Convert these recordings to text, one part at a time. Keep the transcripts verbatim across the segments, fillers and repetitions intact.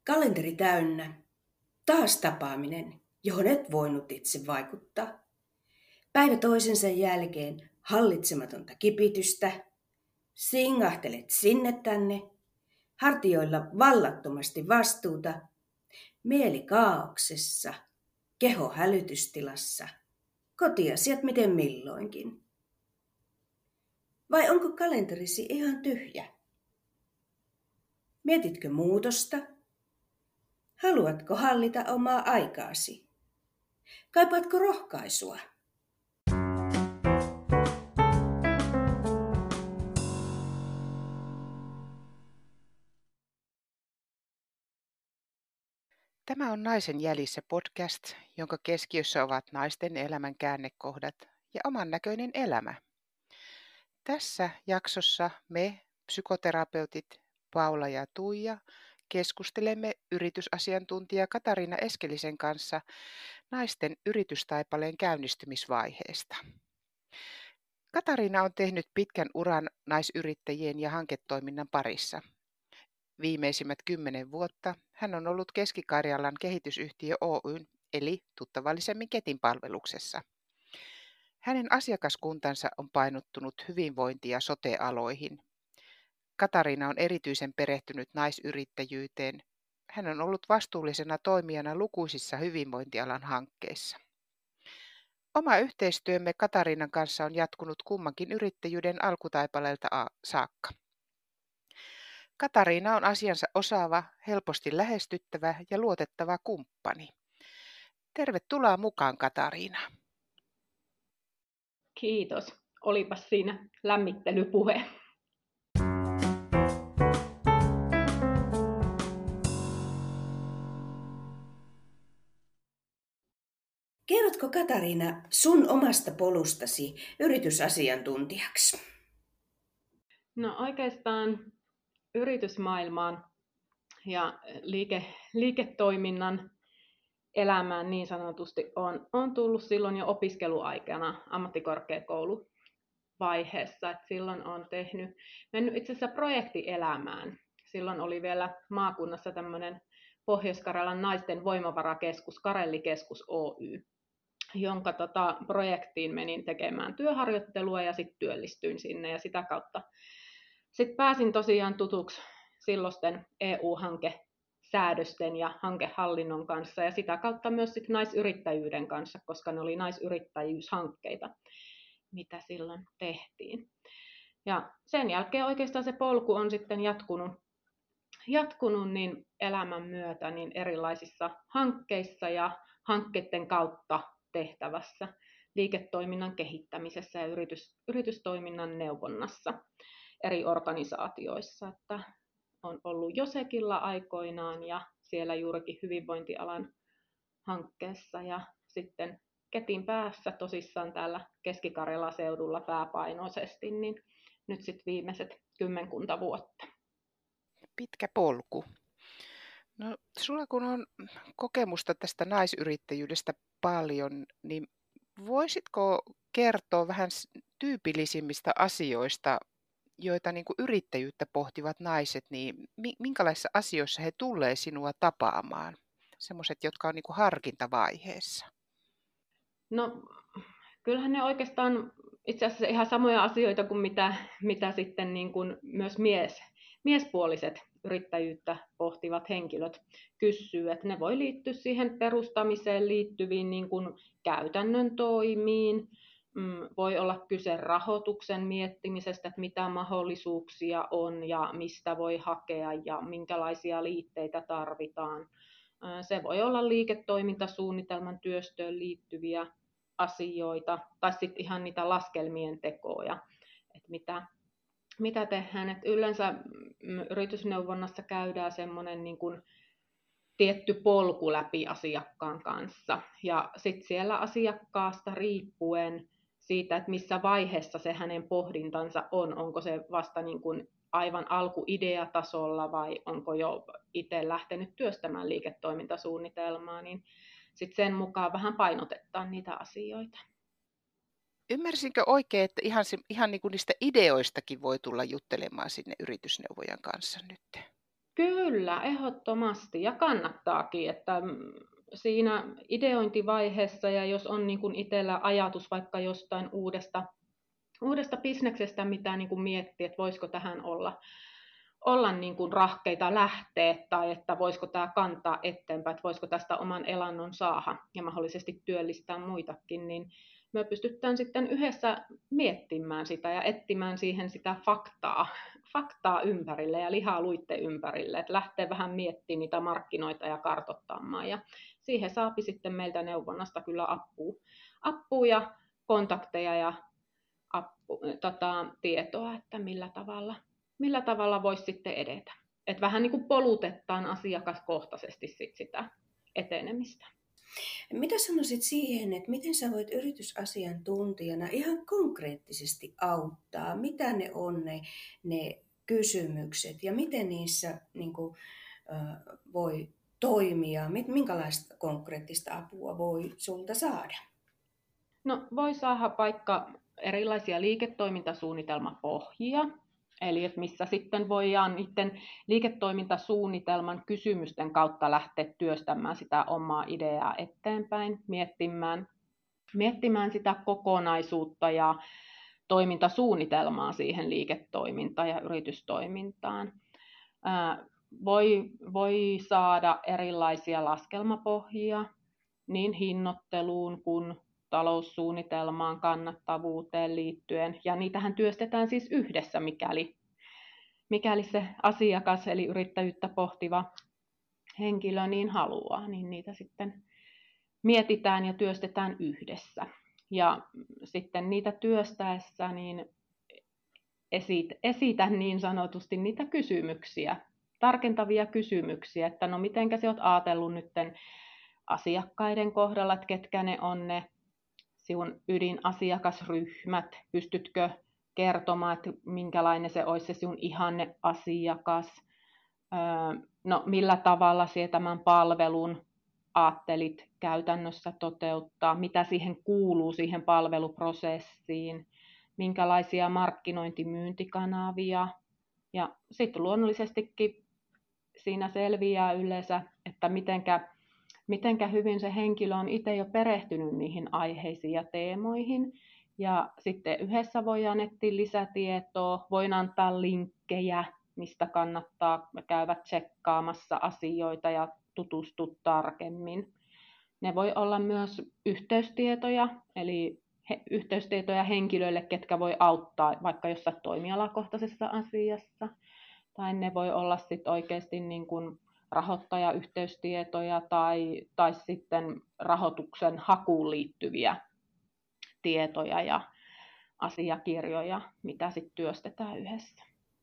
Kalenteri täynnä. Taas tapaaminen, johon et voinut itse vaikuttaa. Päivä toisensa jälkeen hallitsematonta kipitystä. Singahtelet sinne tänne. Hartioilla vallattomasti vastuuta. Mieli kaauksessa. Keho hälytystilassa. Kotiasiat miten milloinkin. Vai onko kalenterisi ihan tyhjä? Mietitkö muutosta? Haluatko hallita omaa aikaasi? Kaipaatko rohkaisua? Tämä on Naisen jäljissä podcast, jonka keskiössä ovat naisten elämän käännekohdat ja oman näköinen elämä. Tässä jaksossa me, psykoterapeutit Paula ja Tuija, keskustelemme yritysasiantuntija Katariina Eskelisen kanssa naisten yritystaipaleen käynnistymisvaiheesta. Katariina on tehnyt pitkän uran naisyrittäjien ja hanketoiminnan parissa. Viimeisimmät kymmenen vuotta hän on ollut Keski-Karjalan kehitysyhtiö Oyn eli tuttavallisemmin Ketin palveluksessa. Hänen asiakaskuntansa on painottunut hyvinvointi- ja sote-aloihin. Katariina on erityisen perehtynyt naisyrittäjyyteen. Hän on ollut vastuullisena toimijana lukuisissa hyvinvointialan hankkeissa. Oma yhteistyömme Katariinan kanssa on jatkunut kummankin yrittäjyyden alkutaipaleelta saakka. Katariina on asiansa osaava, helposti lähestyttävä ja luotettava kumppani. Tervetuloa mukaan, Katariina. Kiitos. Olipas siinä lämmittelypuhe. Kerrotko Katariina sun omasta polustasi yritysasiantuntijaksi? No oikeastaan yritysmaailmaan ja liike, liiketoiminnan elämään niin sanotusti on, on tullut silloin jo opiskeluaikana ammattikorkeakouluvaiheessa. Et silloin on tehnyt, mennyt itse asiassa projektielämään. Silloin oli vielä maakunnassa tämmöinen Pohjois-Karjalan naisten voimavarakeskus, Karelli-keskus Oy, jonka tota, projektiin menin tekemään työharjoittelua ja sitten työllistyin sinne ja sitä kautta sitten pääsin tosiaan tutuksi silloisten E U-hankesäädösten ja hankehallinnon kanssa ja sitä kautta myös sit naisyrittäjyyden kanssa, koska ne oli naisyrittäjyyshankkeita, mitä silloin tehtiin. Ja sen jälkeen oikeastaan se polku on sitten jatkunut, jatkunut niin elämän myötä niin erilaisissa hankkeissa ja hankkeiden kautta tehtävässä liiketoiminnan kehittämisessä ja yritys, yritystoiminnan neuvonnassa eri organisaatioissa, että on ollut Josekilla aikoinaan ja siellä juurikin hyvinvointialan hankkeessa ja sitten Ketin päässä tosissaan täällä Keski-Karjalan seudulla pääpainoisesti, niin nyt sitten viimeiset kymmenkunta vuotta. Pitkä polku. No, sulla kun on kokemusta tästä naisyrittäjyydestä paljon, niin voisitko kertoa vähän tyypillisimmistä asioista, joita niin kuin yrittäjyyttä pohtivat naiset, niin minkälaisissa asioissa he tulee sinua tapaamaan? Semmoiset, jotka on niin kuin harkintavaiheessa. No, kyllähän ne oikeastaan itse asiassa ihan samoja asioita kuin mitä, mitä sitten niin kuin myös mies, miespuoliset yrittäjyyttä pohtivat henkilöt kysyy, että ne voi liittyä siihen perustamiseen liittyviin niin kuin käytännön toimiin, voi olla kyse rahoituksen miettimisestä, että mitä mahdollisuuksia on ja mistä voi hakea ja minkälaisia liitteitä tarvitaan. Se voi olla liiketoimintasuunnitelman työstöön liittyviä asioita tai sitten ihan niitä laskelmien tekoja, että mitä, mitä tehdään. Et yleensä yritysneuvonnassa käydään semmoinen niin kuin tietty polku läpi asiakkaan kanssa ja sitten siellä asiakkaasta riippuen siitä, että missä vaiheessa se hänen pohdintansa on, onko se vasta niin kuin aivan alkuideatasolla vai onko jo itse lähtenyt työstämään liiketoimintasuunnitelmaa, niin sitten sen mukaan vähän painotetaan niitä asioita. Ymmärsinkö oikein, että ihan, ihan niin kuin niistä ideoistakin voi tulla juttelemaan sinne yritysneuvojan kanssa nyt? Kyllä, ehdottomasti ja kannattaakin, että mm, siinä ideointivaiheessa ja jos on niin kuin itsellä ajatus vaikka jostain uudesta, uudesta bisneksestä, mitä niin kuin miettii, että voisiko tähän olla, olla niin kuin rahkeita lähteä tai että voisiko tämä kantaa eteenpäin, että voisiko tästä oman elannon saada ja mahdollisesti työllistää muitakin, niin me pystytään sitten yhdessä miettimään sitä ja etsimään siihen sitä faktaa, faktaa ympärille ja lihaa luitten ympärille, että lähtee vähän miettimään niitä markkinoita ja kartoittamaan. Ja siihen saapi sitten meiltä neuvonnasta kyllä apua, apua ja kontakteja ja appu, tota, tietoa, että millä tavalla, millä tavalla voisi sitten edetä. Että vähän niin kuin polutetaan asiakaskohtaisesti sit sitä etenemistä. Mitä sanoisit siihen, että miten sä voit yritysasiantuntijana ihan konkreettisesti auttaa? Mitä ne on ne, ne kysymykset ja miten niissä niin kuin, äh, voi toimia? Minkälaista konkreettista apua voi sulta saada? No, voi saada vaikka erilaisia liiketoimintasuunnitelmapohjia, eli että missä sitten voidaan niiden liiketoimintasuunnitelman kysymysten kautta lähteä työstämään sitä omaa ideaa eteenpäin, miettimään, miettimään sitä kokonaisuutta ja toimintasuunnitelmaa siihen liiketoimintaan ja yritystoimintaan. Ää, voi, voi saada erilaisia laskelmapohjia niin hinnoitteluun kuin taloussuunnitelmaan, kannattavuuteen liittyen, ja niitähän työstetään siis yhdessä, mikäli, mikäli se asiakas eli yrittäjyyttä pohtiva henkilö niin haluaa, niin niitä sitten mietitään ja työstetään yhdessä. Ja sitten niitä työstäessä niin esitän niin sanotusti niitä kysymyksiä, tarkentavia kysymyksiä, että no mitenkä sä oot ajatellut nytten asiakkaiden kohdalla, että ketkä ne on ne sinun ydinasiakasryhmät, pystytkö kertomaan, että minkälainen se olisi se sinun ihanne asiakas, no millä tavalla sinä tämän palvelun ajattelit käytännössä toteuttaa, mitä siihen kuuluu siihen palveluprosessiin, minkälaisia markkinointimyyntikanavia ja sitten luonnollisestikin siinä selviää yleensä, että mitenkä mitenkä hyvin se henkilö on itse jo perehtynyt niihin aiheisiin ja teemoihin. Ja sitten yhdessä voidaan etsiä lisätietoa, voin antaa linkkejä, mistä kannattaa käydä tsekkaamassa asioita ja tutustua tarkemmin. Ne voi olla myös yhteystietoja, eli he, yhteystietoja henkilöille, ketkä voi auttaa vaikka jossain toimialakohtaisessa asiassa. Tai ne voi olla sitten oikeasti niin kuin rahoittajayhteystietoja tai, tai sitten rahoituksen hakuun liittyviä tietoja ja asiakirjoja, mitä sitten työstetään yhdessä.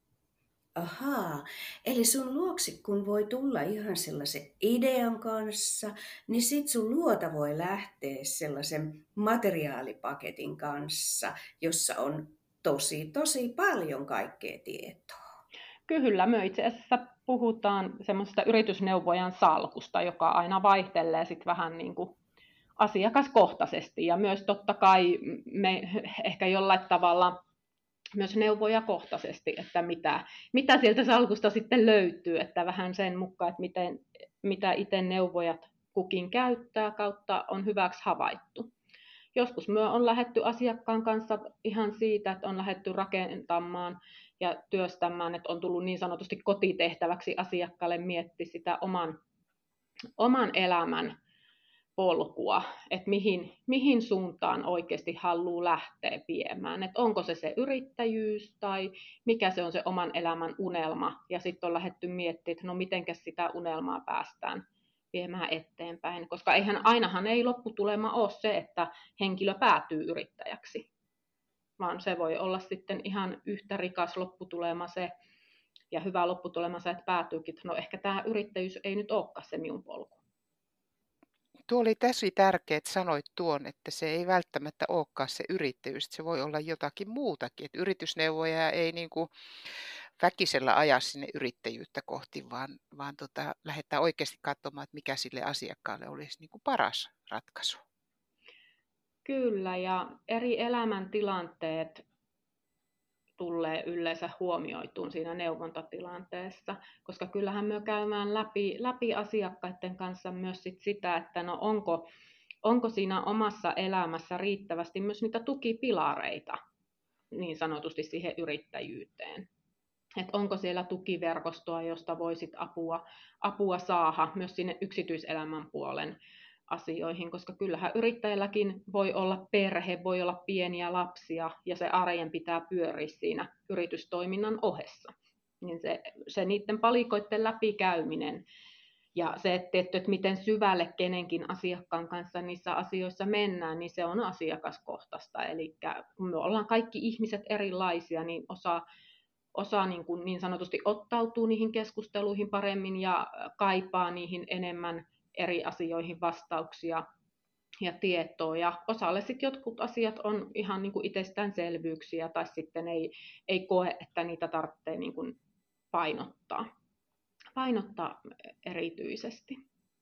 Ahaa, eli sun luoksi kun voi tulla ihan sellaisen idean kanssa, niin sit sun luota voi lähteä sellaisen materiaalipaketin kanssa, jossa on tosi, tosi paljon kaikkea tietoa. Kyllä, me itse asiassa puhutaan semmoisesta yritysneuvojan salkusta, joka aina vaihtelee sit vähän niin kuin asiakaskohtaisesti ja myös totta kai me ehkä jollain tavalla myös neuvojakohtaisesti, että mitä, mitä sieltä salkusta sitten löytyy, että vähän sen mukaan, että miten, mitä itse neuvojat kukin käyttää kautta on hyväksi havaittu. Joskus me on lähdetty asiakkaan kanssa ihan siitä, että on lähdetty rakentamaan ja työstämään, että on tullut niin sanotusti kotitehtäväksi asiakkaalle miettiä sitä oman, oman elämän polkua, että mihin, mihin suuntaan oikeasti haluaa lähteä viemään, että onko se se yrittäjyys tai mikä se on se oman elämän unelma, ja sitten on lähdetty miettimään, että no mitenkä sitä unelmaa päästään viemään eteenpäin, koska eihän, ainahan ei lopputulema ole se, että henkilö päätyy yrittäjäksi, vaan se voi olla sitten ihan yhtä rikas lopputulema se, ja hyvä lopputulema se, että päätyykin, että no ehkä tämä yrittäjyys ei nyt olekaan se minun polku. Tuo oli tosi tärkeää, että sanoit tuon, että se ei välttämättä olekaan se yrittäjyys, että se voi olla jotakin muutakin. Että yritysneuvoja ei niin kuin väkisellä aja sinne yrittäjyyttä kohti, vaan, vaan tota, lähdetään oikeasti katsomaan, että mikä sille asiakkaalle olisi niin kuin paras ratkaisu. Kyllä, ja eri elämäntilanteet tulee yleensä huomioituun siinä neuvontatilanteessa, koska kyllähän me käymään läpi, läpi asiakkaiden kanssa myös sit sitä, että no onko, onko siinä omassa elämässä riittävästi myös niitä tukipilareita niin sanotusti siihen yrittäjyyteen. Että onko siellä tukiverkostoa, josta voisit apua, apua saada myös sinne yksityiselämän puolen asioihin, koska kyllähän yrittäjälläkin voi olla perhe, voi olla pieniä lapsia ja se arjen pitää pyöriä siinä yritystoiminnan ohessa. Niin se, se niiden palikoiden läpikäyminen ja se, että, että miten syvälle kenenkin asiakkaan kanssa niissä asioissa mennään, niin se on asiakaskohtaista. Eli kun me ollaan kaikki ihmiset erilaisia, niin osa Osa niin, kuin niin sanotusti ottautuu niihin keskusteluihin paremmin ja kaipaa niihin enemmän eri asioihin vastauksia ja tietoa. Ja osalle sitten jotkut asiat on ihan niin kuin itsestäänselvyyksiä tai sitten ei, ei koe, että niitä tarvitsee niin kuin painottaa, painottaa erityisesti.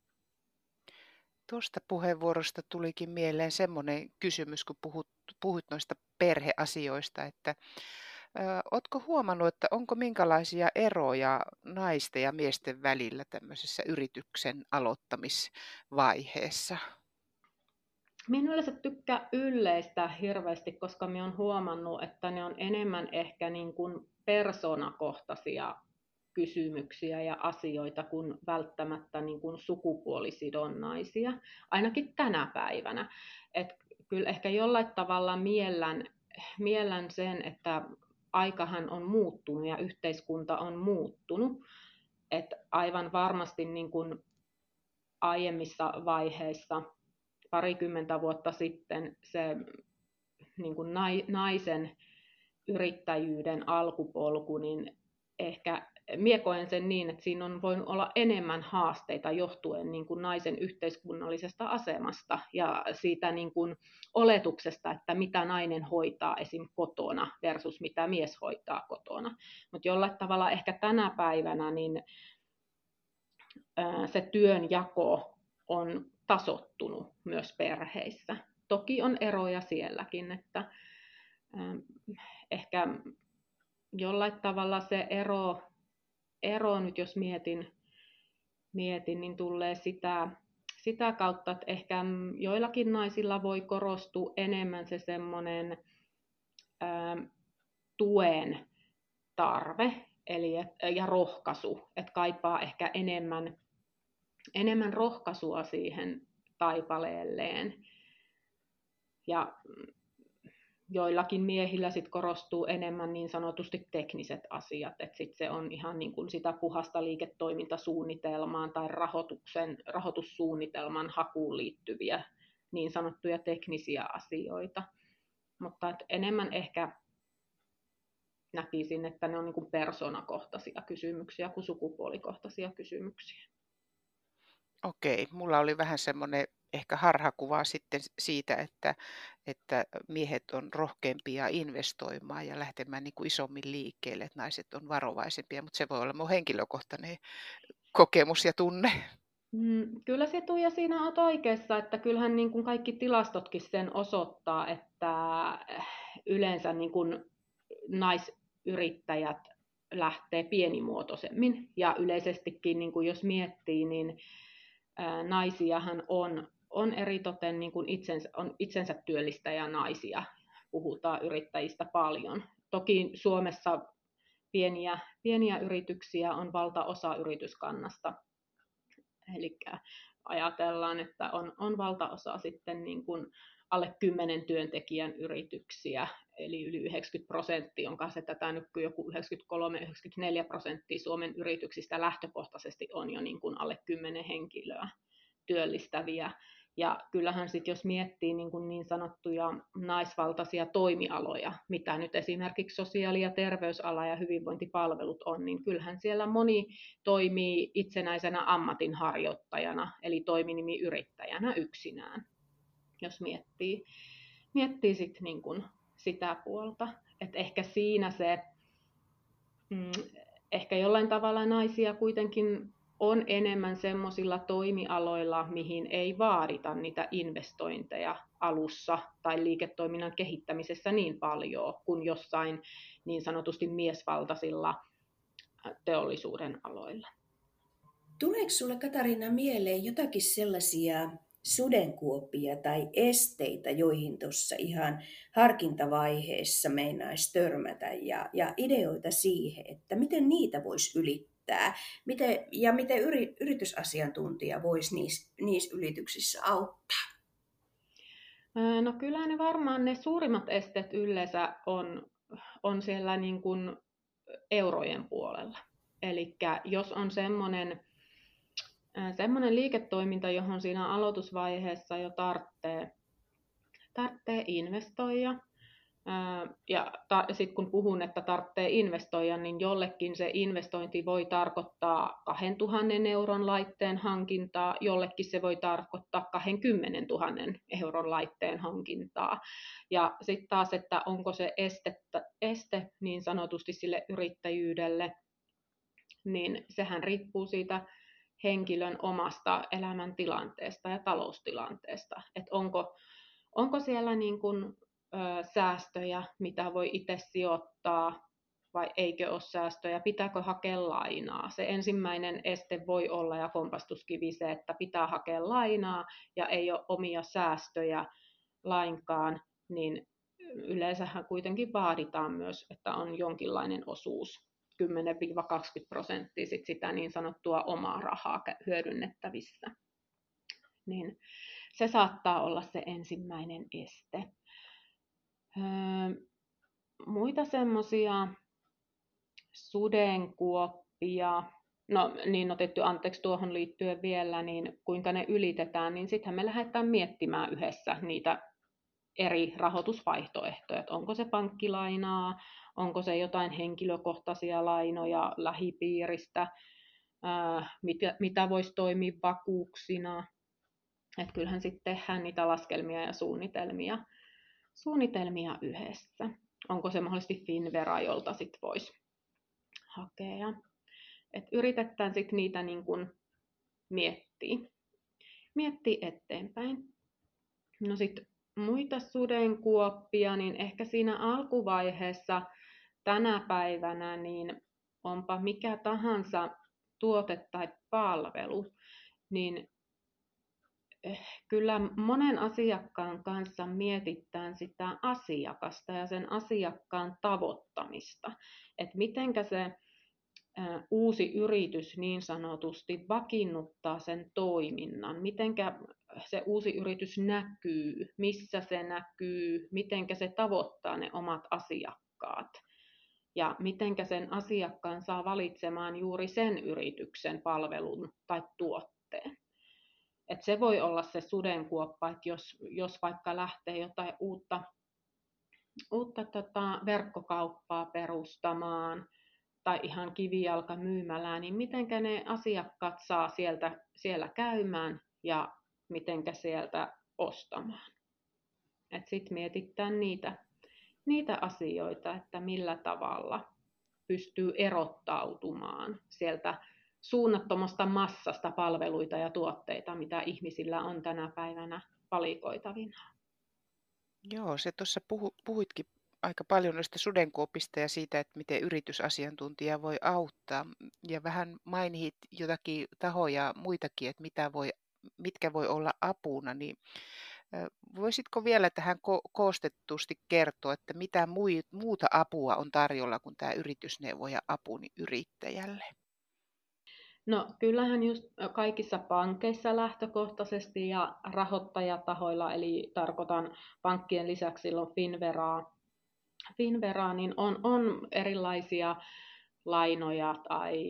Tuosta puheenvuorosta tulikin mieleen semmoinen kysymys, kun puhut, puhut noista perheasioista, että oletko huomannut, että onko minkälaisia eroja naisten ja miesten välillä tämmöisessä yrityksen aloittamisvaiheessa? Minä yleensä tykkään yleistä hirveästi, koska minä olen huomannut, että ne on enemmän ehkä niin kuin persoonakohtaisia kysymyksiä ja asioita kuin välttämättä niin kuin sukupuolisidonnaisia, ainakin tänä päivänä. Et kyllä ehkä jollain tavalla miellän, miellän sen, että aikahan on muuttunut ja yhteiskunta on muuttunut. Et aivan varmasti niin kuin aiemmissa vaiheissa, parikymmentä vuotta sitten, se niin kuin naisen yrittäjyyden alkupolku, niin ehkä mie koen sen niin, että siinä on voinut olla enemmän haasteita johtuen niin kuin naisen yhteiskunnallisesta asemasta ja siitä niin kuin oletuksesta, että mitä nainen hoitaa esim. Kotona versus mitä mies hoitaa kotona. Mutta jollain tavalla ehkä tänä päivänä niin se työnjako on tasoittunut myös perheissä. Toki on eroja sielläkin, että ehkä jollain tavalla se ero, ero nyt jos mietin, mietin niin tulee sitä, sitä kautta, että ehkä joillakin naisilla voi korostua enemmän se semmoinen ää, tuen tarve eli, ja rohkaisu, että kaipaa ehkä enemmän, enemmän rohkaisua siihen taipaleelleen. Ja joillakin miehillä sit korostuu enemmän niin sanotusti tekniset asiat, että sit se on ihan niin kuin sitä puhasta liiketoimintasuunnitelmaan tai rahoituksen, rahoitussuunnitelman hakuun liittyviä niin sanottuja teknisiä asioita. Mutta et enemmän ehkä näkisin, että ne on niin kuin persoonakohtaisia kysymyksiä kuin sukupuolikohtaisia kysymyksiä. Okei, mulla oli vähän semmoinen ehkä harhakuva sitten siitä, että, että miehet on rohkeampia investoimaan ja lähtemään niin kuin isommin liikkeelle, että naiset on varovaisempia, mutta se voi olla mun henkilökohtainen kokemus ja tunne. Mm, kyllä se Tuija siinä on oikeassa, että kyllähän niin kuin kaikki tilastotkin sen osoittaa, että yleensä niin kuin naisyrittäjät lähtee pienimuotoisemmin ja yleisestikin niin kuin jos miettii, niin ää, naisiahan on, on eritoten niin kuin itsensä, on itsensä työllistäjä naisia, puhutaan yrittäjistä paljon. Toki Suomessa pieniä, pieniä yrityksiä on valtaosa yrityskannasta. Eli ajatellaan, että on, on valtaosa sitten niin kuin alle kymmenen työntekijän yrityksiä, eli yli yhdeksänkymmentä prosenttia, on kanssa tätä nyt joku yhdeksänkymmentäkolme yhdeksänkymmentäneljä prosenttia Suomen yrityksistä lähtökohtaisesti on jo niin kuin alle kymmenen henkilöä työllistäviä. Ja kyllähän sitten jos miettii niin, kuin niin sanottuja naisvaltaisia toimialoja, mitä nyt esimerkiksi sosiaali- ja terveysala ja hyvinvointipalvelut on, niin kyllähän siellä moni toimii itsenäisenä ammatinharjoittajana, eli toiminimiyrittäjänä yksinään, jos miettii, miettii sit niin kuin sitä puolta. Et ehkä siinä se, mm, ehkä jollain tavalla naisia kuitenkin on enemmän semmoisilla toimialoilla, mihin ei vaadita niitä investointeja alussa tai liiketoiminnan kehittämisessä niin paljon kuin jossain niin sanotusti miesvaltaisilla teollisuuden aloilla. Tuleeko sinulle, Katariina, mieleen jotakin sellaisia sudenkuoppia tai esteitä, joihin tuossa ihan harkintavaiheessa meinaisi törmätä, ja, ja ideoita siihen, että miten niitä voisi ylittää miten, ja miten yri, yritysasiantuntija voisi niissä, niissä ylityksissä auttaa? No kyllä ne varmaan ne suurimmat esteet yleensä on, on siellä niin kuin eurojen puolella. Eli jos on semmoinen semmoinen liiketoiminta, johon siinä aloitusvaiheessa jo tarvitsee, tarvitsee investoida, ja ta, sitten kun puhun, että tarvitsee investoida, niin jollekin se investointi voi tarkoittaa kahdentuhannen euron laitteen hankintaa, jollekin se voi tarkoittaa kaksikymmentätuhatta euron laitteen hankintaa. Ja sitten taas, että onko se estettä, este niin sanotusti sille yrittäjyydelle, niin sehän riippuu siitä henkilön omasta elämäntilanteesta ja taloustilanteesta. Että onko, onko siellä niin kuin, ö, säästöjä, mitä voi itse sijoittaa, vai eikö ole säästöjä, pitääkö hakea lainaa. Se ensimmäinen este voi olla ja kompastuskivi se, että pitää hakea lainaa ja ei ole omia säästöjä lainkaan, niin yleensähän kuitenkin vaaditaan myös, että on jonkinlainen osuus kymmenen kaksikymmentä prosenttia sit sitä niin sanottua omaa rahaa hyödynnettävissä. Niin se saattaa olla se ensimmäinen este. Öö, muita semmoisia sudenkuoppia, no niin otettu anteeksi tuohon liittyen vielä, niin kuinka ne ylitetään, niin sittenhän me lähdetään miettimään yhdessä niitä eri rahoitusvaihtoehtoja, että onko se pankkilainaa, onko se jotain henkilökohtaisia lainoja lähipiiristä, ää, mitä, mitä voisi toimia vakuuksina. Että kyllähän sitten tehdään niitä laskelmia ja suunnitelmia, suunnitelmia yhdessä. Onko se mahdollisesti Finnvera, jolta sitten voisi hakea. Et yritetään sitten niitä niin kun miettiä. Miettiä eteenpäin. No sitten muita sudenkuoppia, niin ehkä siinä alkuvaiheessa tänä päivänä niin onpa mikä tahansa tuote tai palvelu, niin kyllä monen asiakkaan kanssa mietitään sitä asiakasta ja sen asiakkaan tavoittamista, että mitenkä se uusi yritys niin sanotusti vakiinnuttaa sen toiminnan, mitenkä se uusi yritys näkyy, missä se näkyy, mitenkä se tavoittaa ne omat asiakkaat ja mitenkä sen asiakkaan saa valitsemaan juuri sen yrityksen palvelun tai tuotteen. Et se voi olla se sudenkuoppa, että jos, jos vaikka lähtee jotain uutta, uutta tota, verkkokauppaa perustamaan tai ihan kivijalkamyymälää, niin mitenkä ne asiakkaat saa sieltä, siellä käymään ja mitenkä sieltä ostamaan. Sitten mietitään niitä, niitä asioita, että millä tavalla pystyy erottautumaan sieltä suunnattomasta massasta palveluita ja tuotteita, mitä ihmisillä on tänä päivänä valikoitavina. Joo, se tuossa puhu, puhuitkin aika paljon noista sudenkuopista ja siitä, että miten yritysasiantuntija voi auttaa. Ja vähän mainit jotakin tahoja muitakin, että mitä voi, mitkä voi olla apuna. Niin voisitko vielä tähän ko- koostetusti kertoa, että mitä mui- muuta apua on tarjolla kuin tämä yritysneuvo ja apu yrittäjälle? No kyllähän just kaikissa pankeissa lähtökohtaisesti ja rahoittajatahoilla, eli tarkoitan pankkien lisäksi silloin Finnveraa, Finnveraa niin on, on erilaisia lainoja tai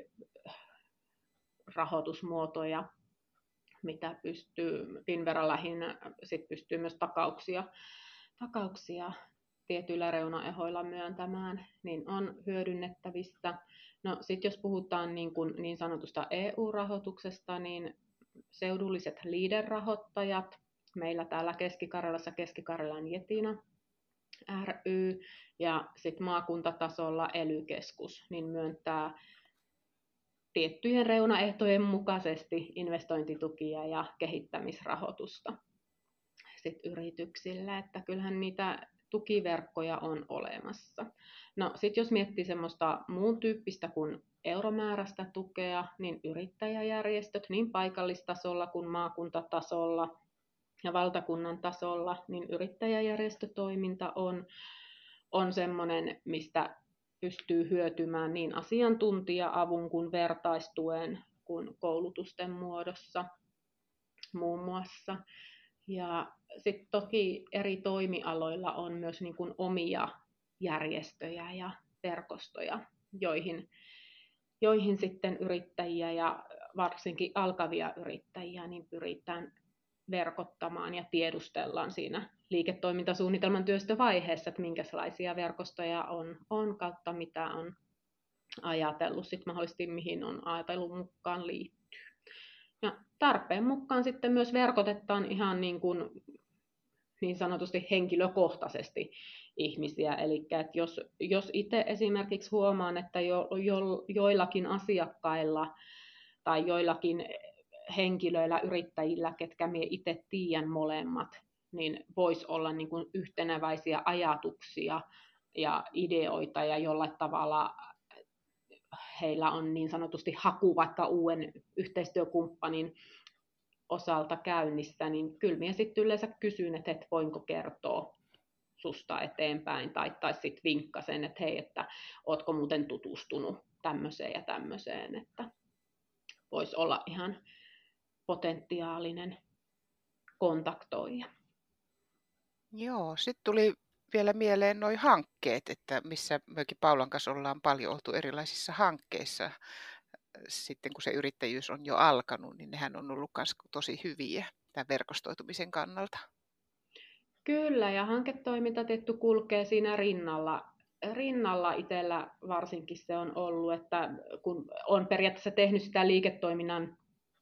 rahoitusmuotoja, mitä pystyy, Finnvera lähinnä sit pystyy myös takauksia, takauksia tietyillä reunaehoilla myöntämään, niin on hyödynnettävissä. No sitten jos puhutaan niin, kuin niin sanotusta E U-rahoituksesta, niin seudulliset leader-rahoittajat, meillä täällä Keski-Karjalassa Keski-Karjalan Jetina ry ja sitten maakuntatasolla E L Y-keskus, niin myöntää tiettyjen reunaehtojen mukaisesti investointitukia ja kehittämisrahoitusta sit yrityksille, että kyllähän niitä tukiverkkoja on olemassa. No sitten jos miettii semmoista muun tyyppistä kuin euromääräistä tukea, niin yrittäjäjärjestöt niin paikallistasolla kuin maakuntatasolla ja valtakunnan tasolla, niin yrittäjäjärjestötoiminta on, on semmoinen, mistä pystyy hyötymään niin asiantuntija-avun kuin vertaistuen kuin koulutusten muodossa muun muassa. Ja sitten toki eri toimialoilla on myös niin kuin omia järjestöjä ja verkostoja, joihin, joihin sitten yrittäjiä ja varsinkin alkavia yrittäjiä niin pyritään verkottamaan ja tiedustellaan siinä liiketoimintasuunnitelman työstövaiheessa, että minkälaisia verkostoja on, on kautta mitä on ajatellut, sitten mahdollisesti mihin on ajatellut mukaan liittyy. Ja tarpeen mukaan sitten myös verkotetaan ihan niin, kuin, niin sanotusti henkilökohtaisesti ihmisiä. Eli että jos, jos itse esimerkiksi huomaan, että jo, jo, joillakin asiakkailla tai joillakin henkilöillä, yrittäjillä, ketkä minä itse tiedän molemmat, niin voisi olla niin kuin yhteneväisiä ajatuksia ja ideoita ja jollain tavalla heillä on niin sanotusti haku vaikka uuden yhteistyökumppanin osalta käynnissä, niin kyllä minä sitten yleensä kysyn, että et voinko kertoa susta eteenpäin, tai, tai sitten vinkkasen, että hei, että ootko muuten tutustunut tämmöiseen ja tämmöiseen, että voisi olla ihan potentiaalinen kontaktoija. Joo, sitten tuli vielä mieleen nuo hankkeet, että missä mekin Paulan kanssa ollaan paljon oltu erilaisissa hankkeissa. Sitten kun se yrittäjyys on jo alkanut, niin nehän on ollut myös tosi hyviä tämän verkostoitumisen kannalta. Kyllä, ja hanketoiminta tietty kulkee siinä rinnalla. Rinnalla itsellä varsinkin se on ollut, että kun on periaatteessa tehnyt sitä liiketoiminnan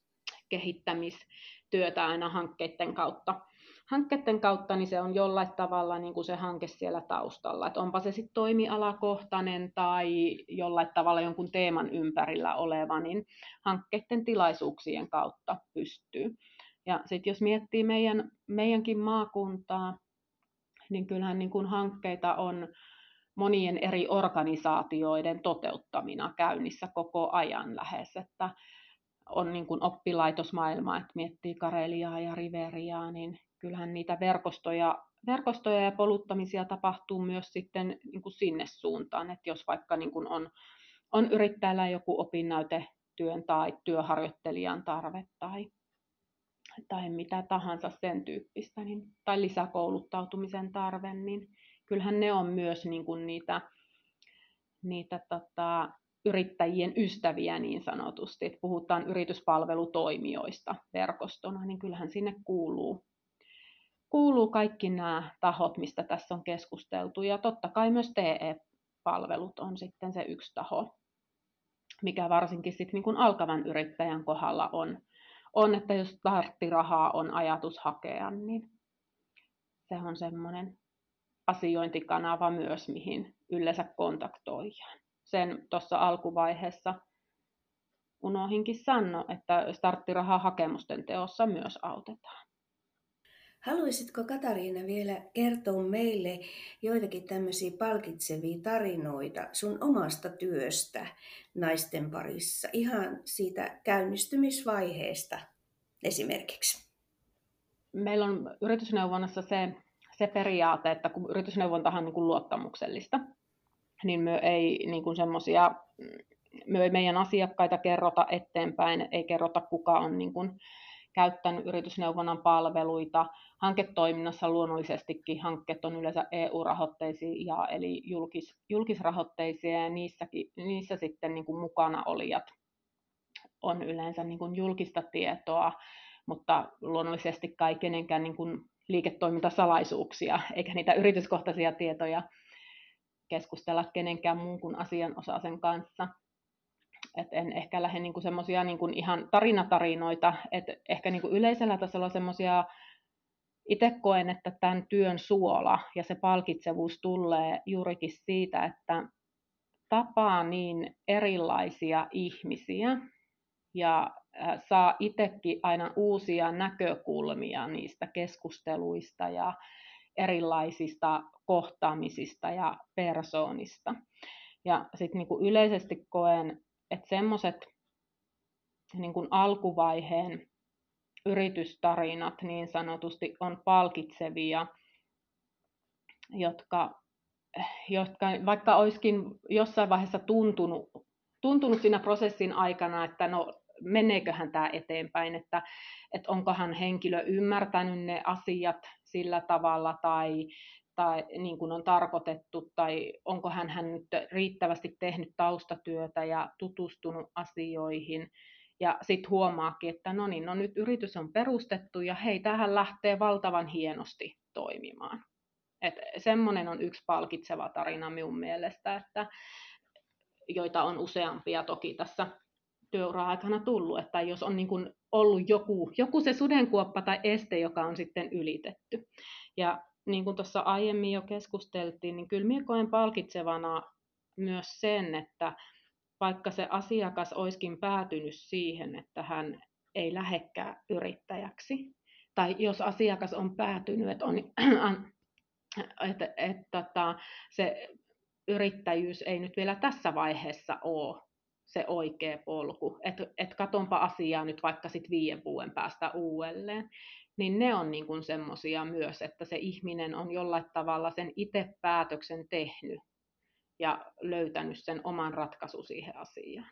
kehittämistyötä aina hankkeiden kautta, hankkeiden kautta, niin se on jollain tavalla niin kuin se hanke siellä taustalla. Että onpa se sitten toimialakohtainen tai jollain tavalla jonkun teeman ympärillä oleva, niin hankkeiden tilaisuuksien kautta pystyy. Ja sitten jos miettii meidän, meidänkin maakuntaa, niin kyllähän niin kuin hankkeita on monien eri organisaatioiden toteuttamina käynnissä koko ajan lähes, että on niin kuin oppilaitosmaailma, että miettii Kareliaa ja Riveriaa, niin kyllähän niitä verkostoja, verkostoja ja poluttamisia tapahtuu myös sitten niin kuin sinne suuntaan, että jos vaikka niin kuin on, on yrittäjällä joku opinnäytetyön tai työharjoittelijan tarve tai, tai mitä tahansa sen tyyppistä, niin, tai lisäkouluttautumisen tarve, niin kyllähän ne on myös niin kuin niitä, niitä tota, yrittäjien ystäviä niin sanotusti, että puhutaan yrityspalvelutoimijoista verkostona, niin kyllähän sinne kuuluu, kuuluu kaikki nämä tahot, mistä tässä on keskusteltu, ja totta kai myös T E-palvelut on sitten se yksi taho, mikä varsinkin sitten niin kuin alkavan yrittäjän kohdalla on, on, että jos starttirahaa on ajatus hakea, niin se on semmoinen asiointikanava myös, mihin yleensä kontaktoidaan. Sen tuossa alkuvaiheessa unohinkin sanoa, että starttirahaa hakemusten teossa myös autetaan. Haluaisitko Katariina vielä kertoa meille joitakin tämmöisiä palkitsevia tarinoita sun omasta työstä naisten parissa, ihan siitä käynnistymisvaiheesta esimerkiksi? Meillä on yritysneuvonnassa se, se periaate, että kun yritysneuvontahan on niin kuin luottamuksellista, niin me ei niin kuin semmoisia, me ei meidän asiakkaita kerrota eteenpäin, ei kerrota kuka on niin kuin käyttänyt yritysneuvonnan palveluita. Hanketoiminnassa luonnollisestikin hankkeet on yleensä E U-rahoitteisia, ja eli julkis, julkisrahoitteisia, ja niissäkin, niissä sitten niin kuin mukana olijat on yleensä niin kuin julkista tietoa, mutta luonnollisesti kai kenenkään niin kuin liiketoimintasalaisuuksia, eikä niitä yrityskohtaisia tietoja keskustella kenenkään muun kuin asianosaisen kanssa. Et en ehkä lähde niinku semmoisia niinku ihan tarinatarinoita, että ehkä niinku yleisellä tasolla semmoisia, itse koen, että tämän työn suola ja se palkitsevuus tulee juurikin siitä, että tapaa niin erilaisia ihmisiä ja saa itsekin aina uusia näkökulmia niistä keskusteluista ja erilaisista kohtaamisista ja persoonista. Ja sitten niinku yleisesti koen, että semmoiset niinku alkuvaiheen yritystarinat niin sanotusti on palkitsevia, jotka, jotka vaikka olisikin jossain vaiheessa tuntunut, tuntunut siinä prosessin aikana, että no meneeköhän tämä eteenpäin, että, että onkohan henkilö ymmärtänyt ne asiat sillä tavalla tai, tai niin kuin on tarkoitettu, tai onko hän, hän nyt riittävästi tehnyt taustatyötä ja tutustunut asioihin. Ja sitten huomaakin, että no niin, no nyt yritys on perustettu ja hei, tähän lähtee valtavan hienosti toimimaan. Et semmoinen on yksi palkitseva tarina minun mielestä, että, joita on useampia toki tässä työura-aikana tullut, että jos on niin kuin ollut joku, joku se sudenkuoppa tai este, joka on sitten ylitetty. Ja niin kuin tuossa aiemmin jo keskusteltiin, niin kyllä minä koen palkitsevana myös sen, että vaikka se asiakas olisikin päätynyt siihen, että hän ei lähdekään yrittäjäksi, tai jos asiakas on päätynyt, että, on, että, että, että se yrittäjyys ei nyt vielä tässä vaiheessa ole se oikea polku, että et katonpa asiaa nyt vaikka sit viiden vuoden päästä uudelleen, niin ne on niin kuin semmoisia myös, että se ihminen on jollain tavalla sen itse päätöksen tehnyt ja löytänyt sen oman ratkaisun siihen asiaan.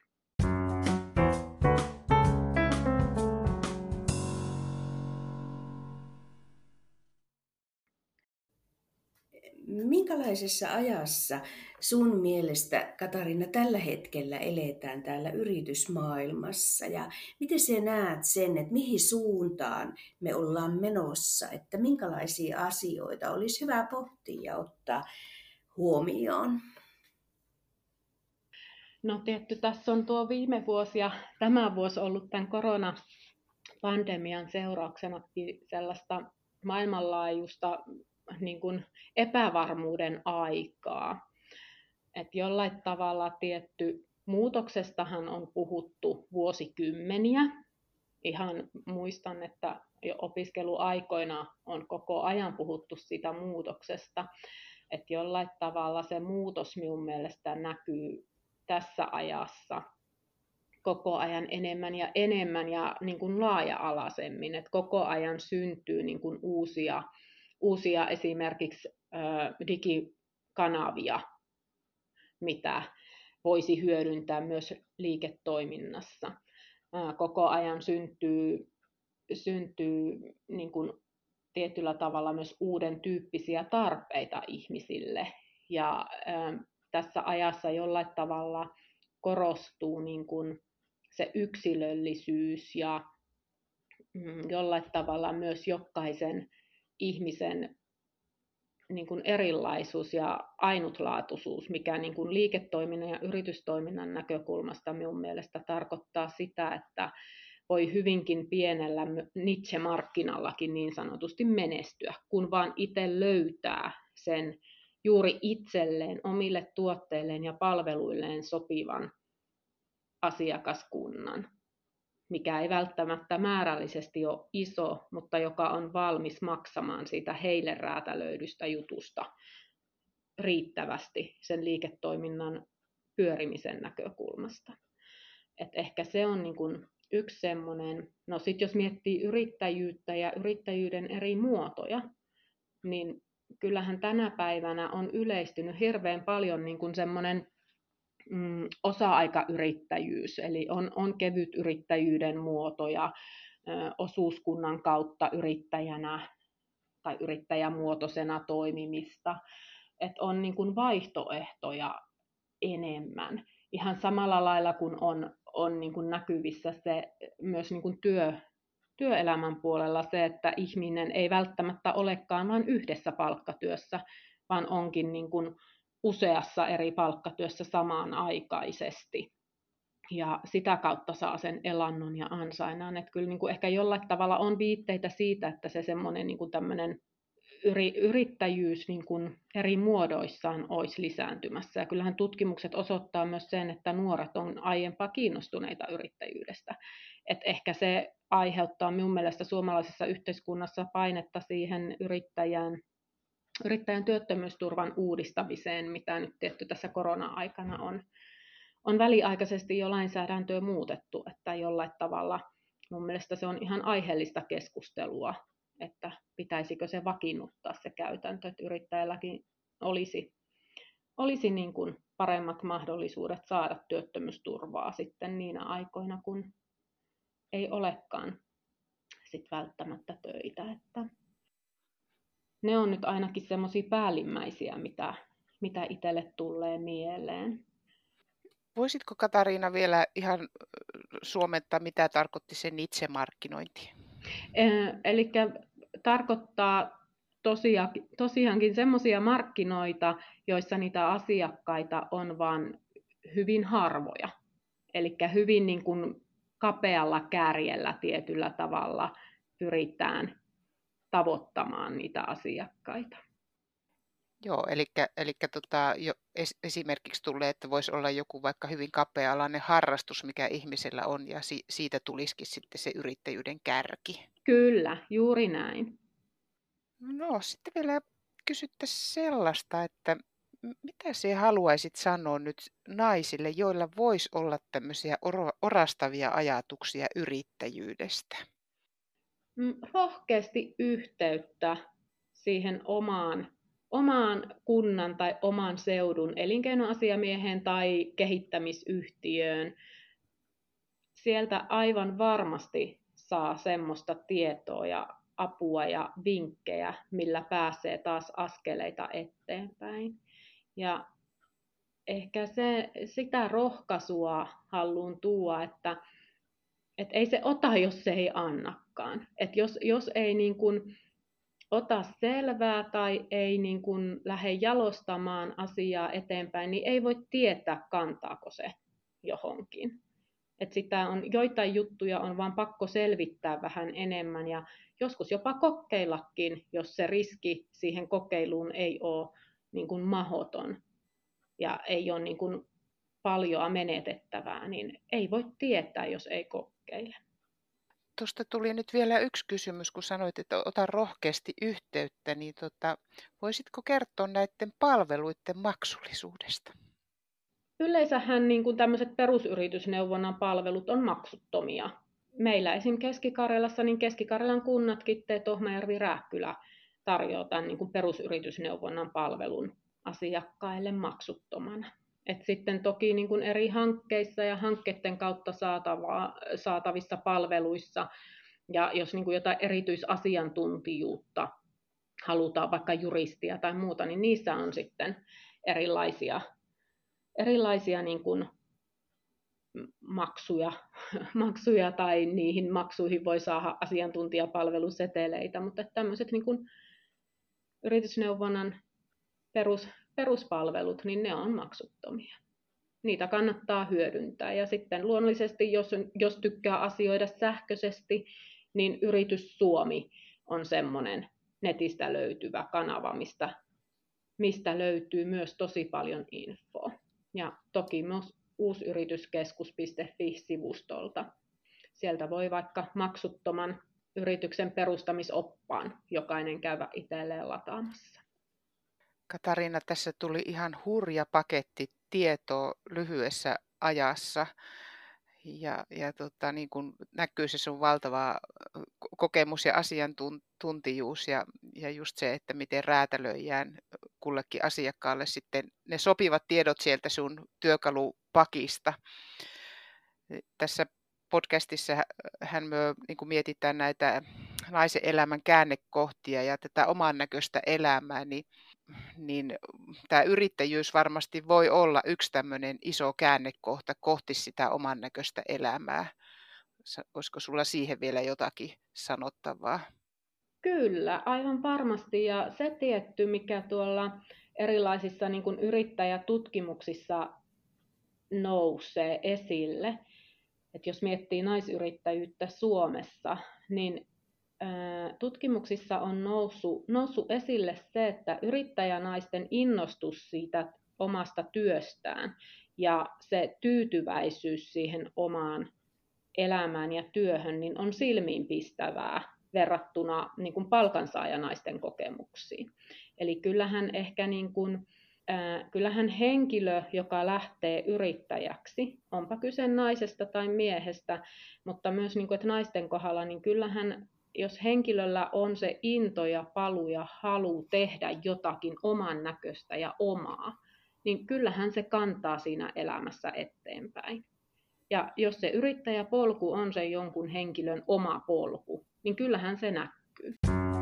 Minkälaisessa ajassa sun mielestä, Katariina, tällä hetkellä eletään täällä yritysmaailmassa ja miten sä näet sen, että mihin suuntaan me ollaan menossa, että minkälaisia asioita olisi hyvä pohtia ja ottaa huomioon? No tietty, tässä on tuo viime vuosi ja tämä vuosi ollut tämän koronapandemian seurauksena sellaista maailmanlaajuista niin kuin epävarmuuden aikaa. Et jollain tavalla tietty muutoksestahan on puhuttu vuosikymmeniä. Ihan muistan, että jo opiskeluaikoina on koko ajan puhuttu siitä muutoksesta. Et jollain tavalla se muutos minun mielestä näkyy tässä ajassa koko ajan enemmän ja enemmän ja niin kuin laaja-alaisemmin. Et koko ajan syntyy niin kuin uusia uusia esimerkiksi digikanavia, mitä voisi hyödyntää myös liiketoiminnassa. Koko ajan syntyy, syntyy niin kuin tietyllä tavalla myös uuden tyyppisiä tarpeita ihmisille. Ja tässä ajassa jollain tavalla korostuu niin kuin se yksilöllisyys ja jollain tavalla myös jokaisen ihmisen niin kuin erilaisuus ja ainutlaatuisuus, mikä niin kuin liiketoiminnan ja yritystoiminnan näkökulmasta minun mielestä tarkoittaa sitä, että voi hyvinkin pienellä niche-markkinallakin niin sanotusti menestyä, kun vaan itse löytää sen juuri itselleen, omille tuotteilleen ja palveluilleen sopivan asiakaskunnan, mikä ei välttämättä määrällisesti ole iso, mutta joka on valmis maksamaan siitä heille räätälöidystä jutusta riittävästi sen liiketoiminnan pyörimisen näkökulmasta. Et ehkä se on niin kuin yksi semmoinen, no sitten jos miettii yrittäjyyttä ja yrittäjyyden eri muotoja, niin kyllähän tänä päivänä on yleistynyt hirveän paljon niin kuin semmoinen Mm, osa-aikayrittäjyys, eli on, on kevyt yrittäjyyden muotoja, ö, osuuskunnan kautta yrittäjänä tai yrittäjämuotoisena toimimista, että on niin kuin vaihtoehtoja enemmän. Ihan samalla lailla kuin on, on niin kuin näkyvissä se myös niin kuin työ, työelämän puolella se, että ihminen ei välttämättä olekaan vain yhdessä palkkatyössä, vaan onkin niin kuin useassa eri palkkatyössä samanaikaisesti. Ja sitä kautta saa sen elannon ja ansainnan. Että kyllä niin kuin ehkä jollain tavalla on viitteitä siitä, että se semmoinen niin kuin tämmöinen yri, yrittäjyys niin kuin eri muodoissaan olisi lisääntymässä. Ja kyllähän tutkimukset osoittaa myös sen, että nuoret on aiempaa kiinnostuneita yrittäjyydestä. Et ehkä se aiheuttaa minun mielestä suomalaisessa yhteiskunnassa painetta siihen yrittäjän, yrittäjän työttömyysturvan uudistamiseen, mitä nyt tietty tässä korona-aikana on, on väliaikaisesti jo lainsäädäntöä muutettu, että jollain tavalla mun mielestä se on ihan aiheellista keskustelua, että pitäisikö se vakiinnuttaa se käytäntö, että yrittäjälläkin olisi, olisi niin kuin paremmat mahdollisuudet saada työttömyysturvaa sitten niinä aikoina, kun ei olekaan sit välttämättä töitä. Että ne on nyt ainakin semmoisia päällimmäisiä, mitä, mitä itselle tulee mieleen. Voisitko Katariina vielä ihan suomentaa, mitä tarkoitti sen itsemarkkinointi? Eli tarkoittaa tosiaankin, tosiaankin semmoisia markkinoita, joissa niitä asiakkaita on vain hyvin harvoja. Eli hyvin niin kuin kapealla kärjellä tietyllä tavalla pyritään tavoittamaan niitä asiakkaita. Joo, eli, eli tota, jo es, esimerkiksi tulee, että voisi olla joku vaikka hyvin kapea-alainen harrastus, mikä ihmisellä on, ja si, siitä tulisikin sitten se yrittäjyyden kärki. Kyllä, juuri näin. No, sitten vielä kysyttäisiin sellaista, että mitä sinä haluaisit sanoa nyt naisille, joilla voisi olla tämmöisiä orastavia ajatuksia yrittäjyydestä? Rohkeasti yhteyttä siihen omaan, omaan kunnan tai oman seudun elinkeinoasiamieheen tai kehittämisyhtiöön. Sieltä aivan varmasti saa semmoista tietoa ja apua ja vinkkejä, millä pääsee taas askeleita eteenpäin. Ja ehkä se, sitä rohkaisua haluan tuoda, että, että ei se ota, jos se ei annakaan. Että jos, jos ei niin kuin ota selvää tai ei niin kuin lähde jalostamaan asiaa eteenpäin, niin ei voi tietää, kantaako se johonkin. Että sitä on, joitain juttuja on vaan pakko selvittää vähän enemmän ja joskus jopa kokeillakin, jos se riski siihen kokeiluun ei ole niin kuin mahdoton ja ei ole niin kuin paljon menetettävää, niin ei voi tietää, jos ei kokeile. Tuosta tuli nyt vielä yksi kysymys, kun sanoit, että ota rohkeasti yhteyttä, niin tota, voisitko kertoa näiden palveluiden maksullisuudesta? Yleensähän niin kuin tämmöiset perusyritysneuvonnan palvelut on maksuttomia. Meillä esim. Keski-Karjalassa, niin Keski-Karjalan kunnatkin, Tohmajärvi, Rääkkylä tarjoaa tämän niin kuin perusyritysneuvonnan palvelun asiakkaille maksuttomana. Et sitten toki niin kuin eri hankkeissa ja hankkeiden kautta saatava, saatavissa palveluissa, ja jos niin kuin jotain erityisasiantuntijuutta halutaan, vaikka juristia tai muuta, niin niissä on sitten erilaisia, erilaisia niin kuin maksuja, maksuja, tai niihin maksuihin voi saada asiantuntijapalveluseteleitä, mutta tämmöiset niin kuin yritysneuvonnan perus, peruspalvelut, niin ne on maksuttomia. Niitä kannattaa hyödyntää. Ja sitten luonnollisesti, jos, jos tykkää asioida sähköisesti, niin Yritys Suomi on semmoinen netistä löytyvä kanava, mistä, mistä löytyy myös tosi paljon infoa. Ja toki myös uusyrityskeskus piste fi-sivustolta. Sieltä voi vaikka maksuttoman yrityksen perustamisoppaan jokainen käydä itselleen lataamassa. Katariina, tässä tuli ihan hurja paketti tietoa lyhyessä ajassa. Ja, ja tota, niin kuin näkyy se sun valtava kokemus ja asiantuntijuus ja, ja just se, että miten räätälöijään kullekin asiakkaalle sitten ne sopivat tiedot sieltä sun työkalupakista. Tässä podcastissa hän myö, niin kuin mietitään näitä naisen elämän käännekohtia ja tätä oman näköistä elämää, niin, niin tämä yrittäjyys varmasti voi olla yksi tämmöinen iso käännekohta kohti sitä oman näköistä elämää. Olisiko sulla siihen vielä jotakin sanottavaa? Kyllä, aivan varmasti. Ja se tietty, mikä tuolla erilaisissa niin kuin yrittäjätutkimuksissa nousee esille, että jos miettii naisyrittäjyyttä Suomessa, niin tutkimuksissa on noussut, noussut esille se, että yrittäjänaisten innostus siitä omasta työstään ja se tyytyväisyys siihen omaan elämään ja työhön niin on silmiinpistävää verrattuna niin kuin palkansaajanaisten kokemuksiin. Eli kyllähän ehkä niin kuin, äh, kyllähän henkilö, joka lähtee yrittäjäksi, onpa kyse naisesta tai miehestä, mutta myös niin kuin, että naisten kohdalla, niin kyllähän jos henkilöllä on se into ja palu ja halu tehdä jotakin oman näköistä ja omaa, niin kyllähän se kantaa siinä elämässä eteenpäin. Ja jos se yrittäjäpolku on se jonkun henkilön oma polku, niin kyllähän se näkyy.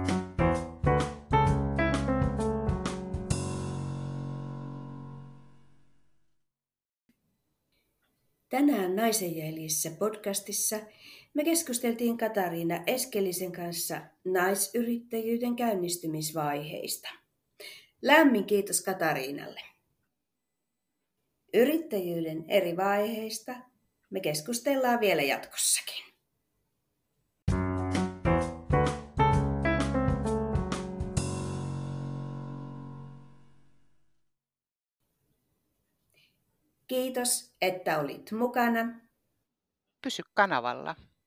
Tänään Naisen jäljissä podcastissa me keskusteltiin Katariina Eskelisen kanssa naisyrittäjyyden käynnistymisvaiheista. Lämmin kiitos Katariinalle. Yrittäjyyden eri vaiheista me keskustellaan vielä jatkossakin. Kiitos, että olit mukana. Pysy kanavalla.